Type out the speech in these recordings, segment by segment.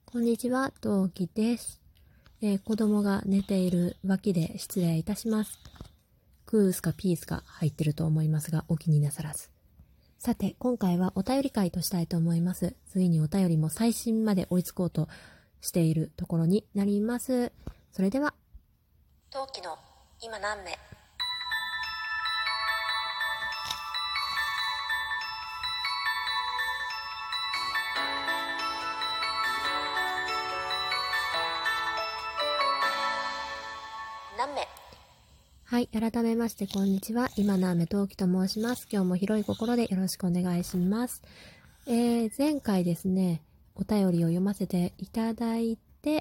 こんにちは、トウキです。子供が寝ている脇で失礼いたします。クースかピースか入ってると思いますが、お気になさらず。さて、今回はお便り会としたいと思います。ついにお便りも最新まで追いつこうとしているところになります。それでは、トウキの今何名？何名？はい、改めましてこんにちは。今の雨トウキと申します。今日も広い心でよろしくお願いします。前回ですね、お便りを読ませていただいて、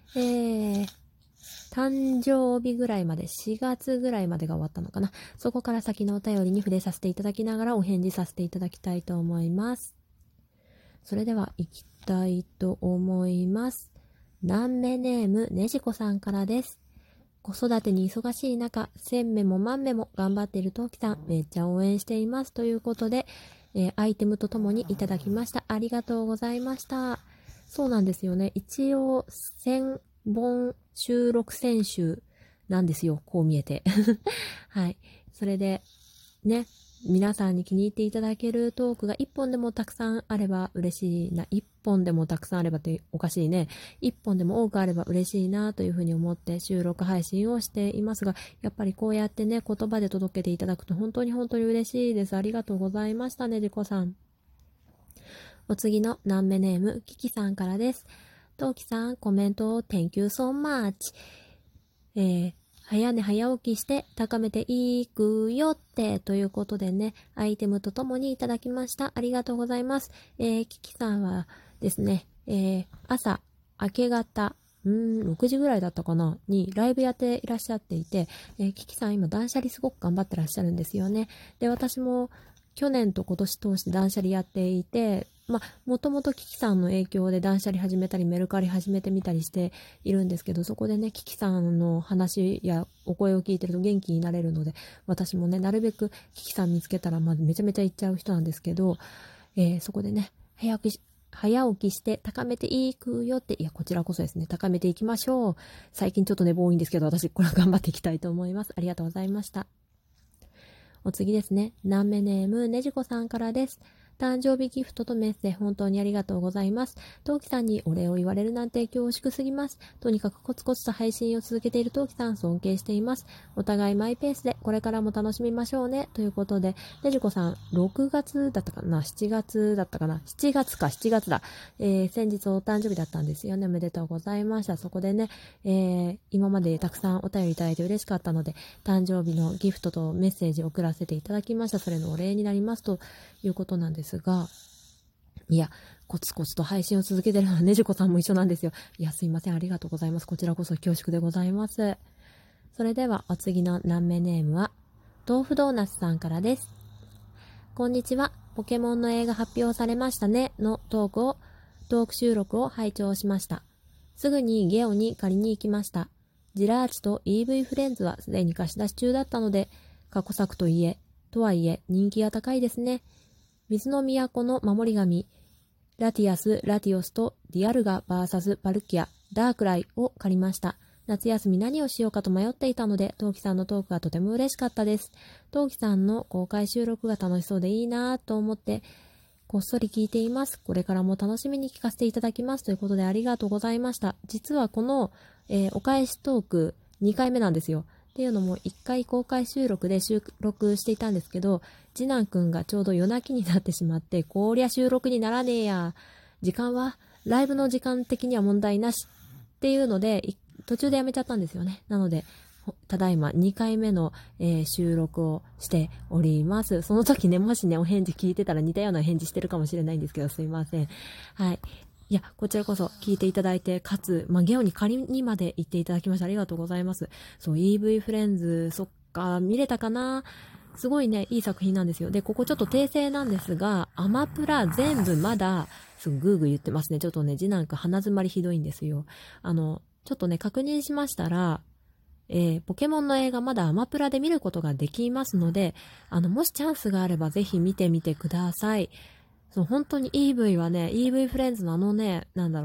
誕生日ぐらいまで、4月ぐらいまでが終わったのかな。そこから先のお便りに触れさせていただきながらお返事させていただきたいと思います。それでは行きたいと思います。南目ネームねじこさんからです。子育てに忙しい中、1000名も万名も頑張っているトウキさん、めっちゃ応援していますということで、アイテムとともにいただきました。ありがとうございました。そうなんですよね。一応1000本収録選手なんですよ。こう見えて。はい。それでね、皆さんに気に入っていただけるトークが1本でもたくさんあれば嬉しいな。1本でもたくさんあればっておかしいね。1本でも多くあれば嬉しいなというふうに思って収録配信をしていますが、やっぱりこうやってね、言葉で届けていただくと本当に嬉しいです。ありがとうございましたね、じこさん。お次の南目ネーム、キキさんからです。トウキさん、コメントを Thank you so much。早寝早起きして高めていくよってということでね、アイテムとともにいただきました。ありがとうございます。キキさんはですね、朝、明け方、6時ぐらいだったかなにライブやっていらっしゃっていて、キキさん今断捨離すごく頑張ってらっしゃるんですよね。で、私も去年と今年通して断捨離やっていて、もともとキキさんの影響で断捨離始めたりメルカリ始めてみたりしているんですけど、そこでね、キキさんの話やお声を聞いてると元気になれるので、私もね、なるべくキキさん見つけたらめちゃめちゃ行っちゃう人なんですけど、そこでね、早起きして高めていくよって、いや、こちらこそですね、高めていきましょう。最近ちょっと寝坊多いんですけど、私これは頑張っていきたいと思います。ありがとうございました。お次ですね、南目ネームねじこさんからです。誕生日ギフトとメッセ本当にありがとうございます。トウキさんにお礼を言われるなんて恐縮すぎます。とにかくコツコツと配信を続けているトウキさん尊敬しています。お互いマイペースでこれからも楽しみましょうね。ということで、ねじこさん、6月だったかな ?7 月だったかな ?7 月か、7月だ。先日お誕生日だったんですよね。おめでとうございました。そこでね、今までたくさんお便りいただいて嬉しかったので、誕生日のギフトとメッセージを送らせていただきました。それのお礼になりますということなんですが、いや、コツコツと配信を続けてるのはねじこさんも一緒なんですよ。いや、すいません。ありがとうございます。こちらこそ恐縮でございます。それでは、お次の南目ネームは、豆腐ドーナツさんからです。こんにちは。ポケモンの映画発表されましたねのトーク収録を拝聴しました。すぐにゲオに借りに行きました。ジラーチと EV フレンズはすでに貸し出し中だったので、過去作とはいえ人気が高いですね。水の都の守り神、ラティオスとディアルガ VS バルキア、ダークライを借りました。夏休み何をしようかと迷っていたので、トウキさんのトークがとても嬉しかったです。トウキさんの公開収録が楽しそうでいいなぁと思って、こっそり聞いています。これからも楽しみに聞かせていただきます。ということでありがとうございました。実はこの、お返しトーク2回目なんですよ。っていうのも1回公開収録で収録していたんですけど、次男くんがちょうど夜泣きになってしまって、こりゃ収録にならねえや。時間はライブの時間的には問題なしっていうので、途中でやめちゃったんですよね。なので、ただいま2回目の、収録をしております。その時ね、もしね、お返事聞いてたら似たような返事してるかもしれないんですけど、すいません。はい。いや、こちらこそ聞いていただいて、かつ、ゲオに仮にまで行っていただきましてありがとうございます。そう、EV フレンズ、そっか、見れたかな？すごいね、いい作品なんですよ。で、ここちょっと訂正なんですが、アマプラ全部まだ、グーグー言ってますね。ちょっとね、次男くん鼻詰まりひどいんですよ。ちょっとね、確認しましたら、ポケモンの映画まだアマプラで見ることができますので、もしチャンスがあればぜひ見てみてください。そう、本当に EV はね、EV フレンズの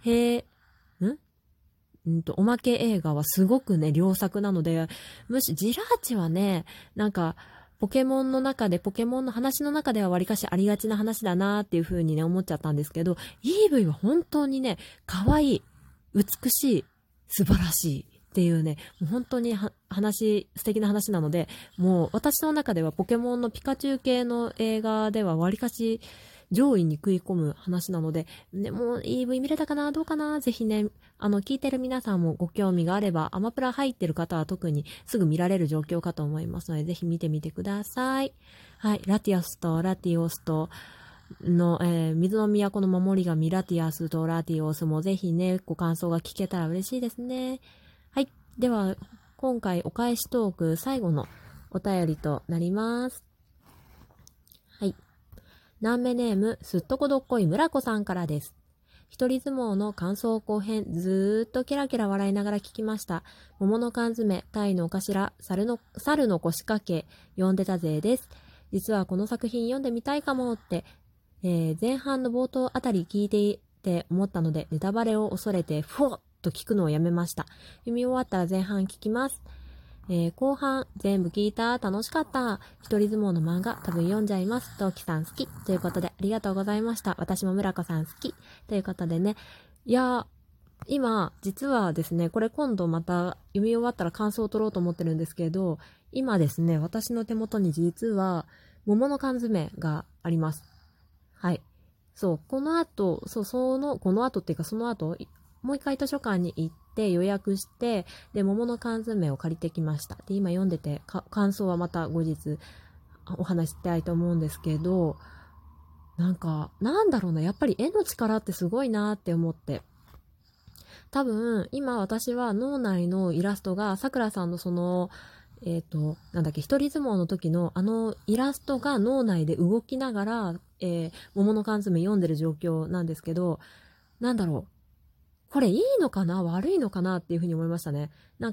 おまけ映画はすごくね、良作なので、ジラーチはね、なんか、ポケモンの話の中ではわりかしありがちな話だなーっていう風にね、思っちゃったんですけど、EV は本当にね、可愛い、美しい、素晴らしいっていうね、もう本当に素敵な話なので、もう私の中ではポケモンのピカチュウ系の映画ではわりかし上位に食い込む話なので、ね、もう EV 見れたかなどうかなぜひね、聞いてる皆さんもご興味があれば、アマプラ入ってる方は特にすぐ見られる状況かと思いますので、ぜひ見てみてください。はい、ラティオスとの、水の都の守り神ラティアスとラティオスもぜひね、ご感想が聞けたら嬉しいですね。はい。では、今回お返しトーク最後のお便りとなります。はい。南米ネーム、すっとこどっこい村子さんからです。一人相撲の感想後編、ずーっとキラキラ笑いながら聞きました。桃の缶詰、鯛のお頭、猿の腰掛け、読んでたぜです。実はこの作品読んでみたいかもって、前半の冒頭あたり聞いていて思ったので、ネタバレを恐れて、ふわっと聞くのをやめました。読み終わったら前半聞きます。後半、全部聞いた、楽しかった。一人相撲の漫画、多分読んじゃいます。トウキさん好き。ということで、ありがとうございました。私も村子さん好き。ということでね。いや、今、実はですね、これ今度また読み終わったら感想を取ろうと思ってるんですけど、今ですね、私の手元に実は、桃の缶詰があります。はい。そう、この後っていうかその後、もう一回図書館に行って予約して、で、桃の缶詰を借りてきました。で、今読んでて、感想はまた後日お話ししたいと思うんですけど、なんだろうな、やっぱり絵の力ってすごいなって思って。多分、今私は脳内のイラストが、さくらさんのその、一人相撲の時のイラストが脳内で動きながら、桃の缶詰読んでる状況なんですけど、なんだろう。これいいのかな悪いのかなっていうふうに思いましたね。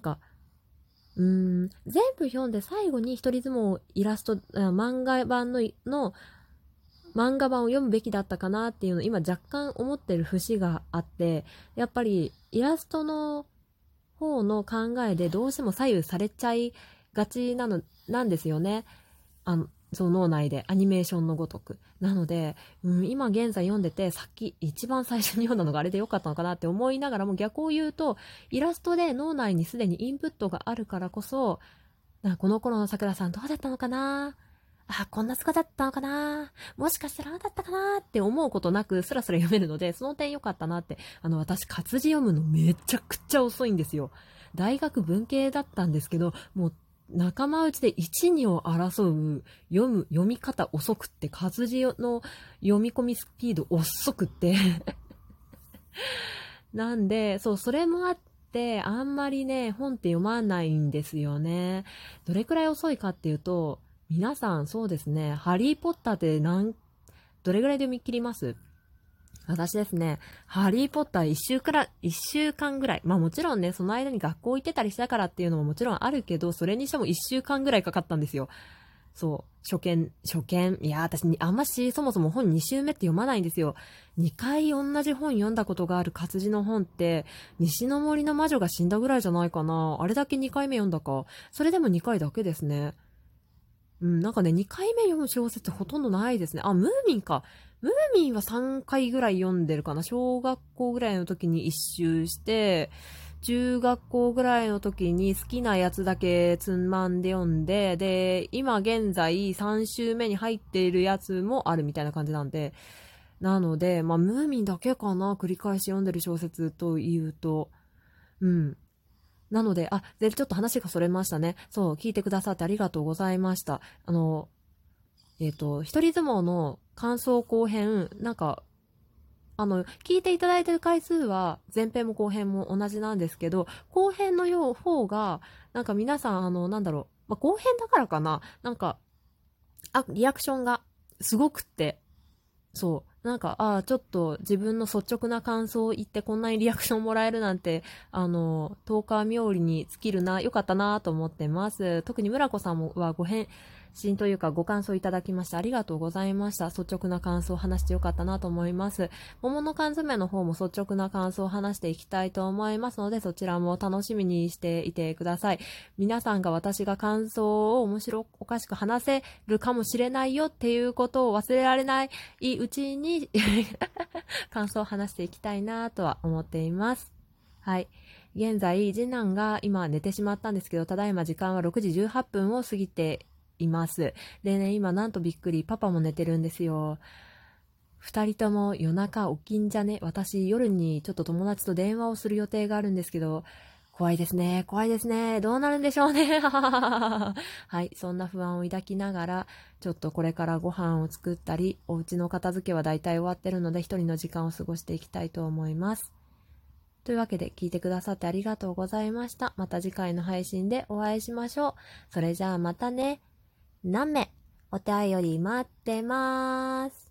全部読んで最後に一人相撲イラスト、漫画版漫画版を読むべきだったかなっていうのを今若干思ってる節があって、やっぱりイラストの方の考えでどうしても左右されちゃいがちなんですよね。その脳内でアニメーションのごとく。なので、今現在読んでて、一番最初に読んだのがあれでよかったのかなって思いながらも、逆を言うと、イラストで脳内にすでにインプットがあるからこそ、この頃のさくらさんどうだったのかな、こんな姿だったのかな、もしかしたらああだったかなって思うことなくスラスラ読めるので、その点良かったなって。私活字読むのめちゃくちゃ遅いんですよ。大学文系だったんですけど、もう仲間内で1、2を争う読み方遅くって活字の読み込みスピード遅くってなんで、そう、それもあってあんまりね、本って読まないんですよね。どれくらい遅いかっていうと、皆さんそうですね、ハリーポッターってどれぐらいで読み切ります？私ですね、ハリーポッター1週間ぐらい。まあもちろんね、その間に学校行ってたりしたからっていうのももちろんあるけど、それにしても1週間ぐらいかかったんですよ。そう、初見。いや、私あんましそもそも本2週目って読まないんですよ。2回同じ本読んだことがある活字の本って、西の森の魔女が死んだぐらいじゃないかな。あれだけ2回目読んだか。それでも2回だけですね。2回目読む小説ほとんどないですね。ムーミンか。ムーミンは3回ぐらい読んでるかな。小学校ぐらいの時に一周して、中学校ぐらいの時に好きなやつだけつまんで読んで、で、今現在3週目に入っているやつもあるみたいな感じなんで、なので、ムーミンだけかな、繰り返し読んでる小説というと、なので、ちょっと話がそれましたね。そう、聞いてくださってありがとうございました。一人相撲の感想後編、聞いていただいてる回数は前編も後編も同じなんですけど、後編の方が、皆さん、後編だからかな、リアクションがすごくって、そう。ちょっと自分の率直な感想を言ってこんなにリアクションもらえるなんて、10日冥利に尽きるな、よかったなと思ってます。特に村子さんは信というかご感想いただきましてありがとうございました。率直な感想を話してよかったなと思います。桃の缶詰の方も率直な感想を話していきたいと思いますので、そちらも楽しみにしていてください。皆さんが私が感想を面白おかしく話せるかもしれないよっていうことを忘れられないうちに感想を話していきたいなとは思っています。はい。現在、次男が今寝てしまったんですけど、ただいま時間は6時18分を過ぎています。でね、今なんとびっくり、パパも寝てるんですよ。二人とも夜中起きんじゃね。私夜にちょっと友達と電話をする予定があるんですけど、怖いですね、怖いですね。どうなるんでしょうね。はい、そんな不安を抱きながら、ちょっとこれからご飯を作ったり、お家の片付けはだいたい終わってるので、一人の時間を過ごしていきたいと思います。というわけで聞いてくださってありがとうございました。また次回の配信でお会いしましょう。それじゃあまたね。何名お便り待ってます。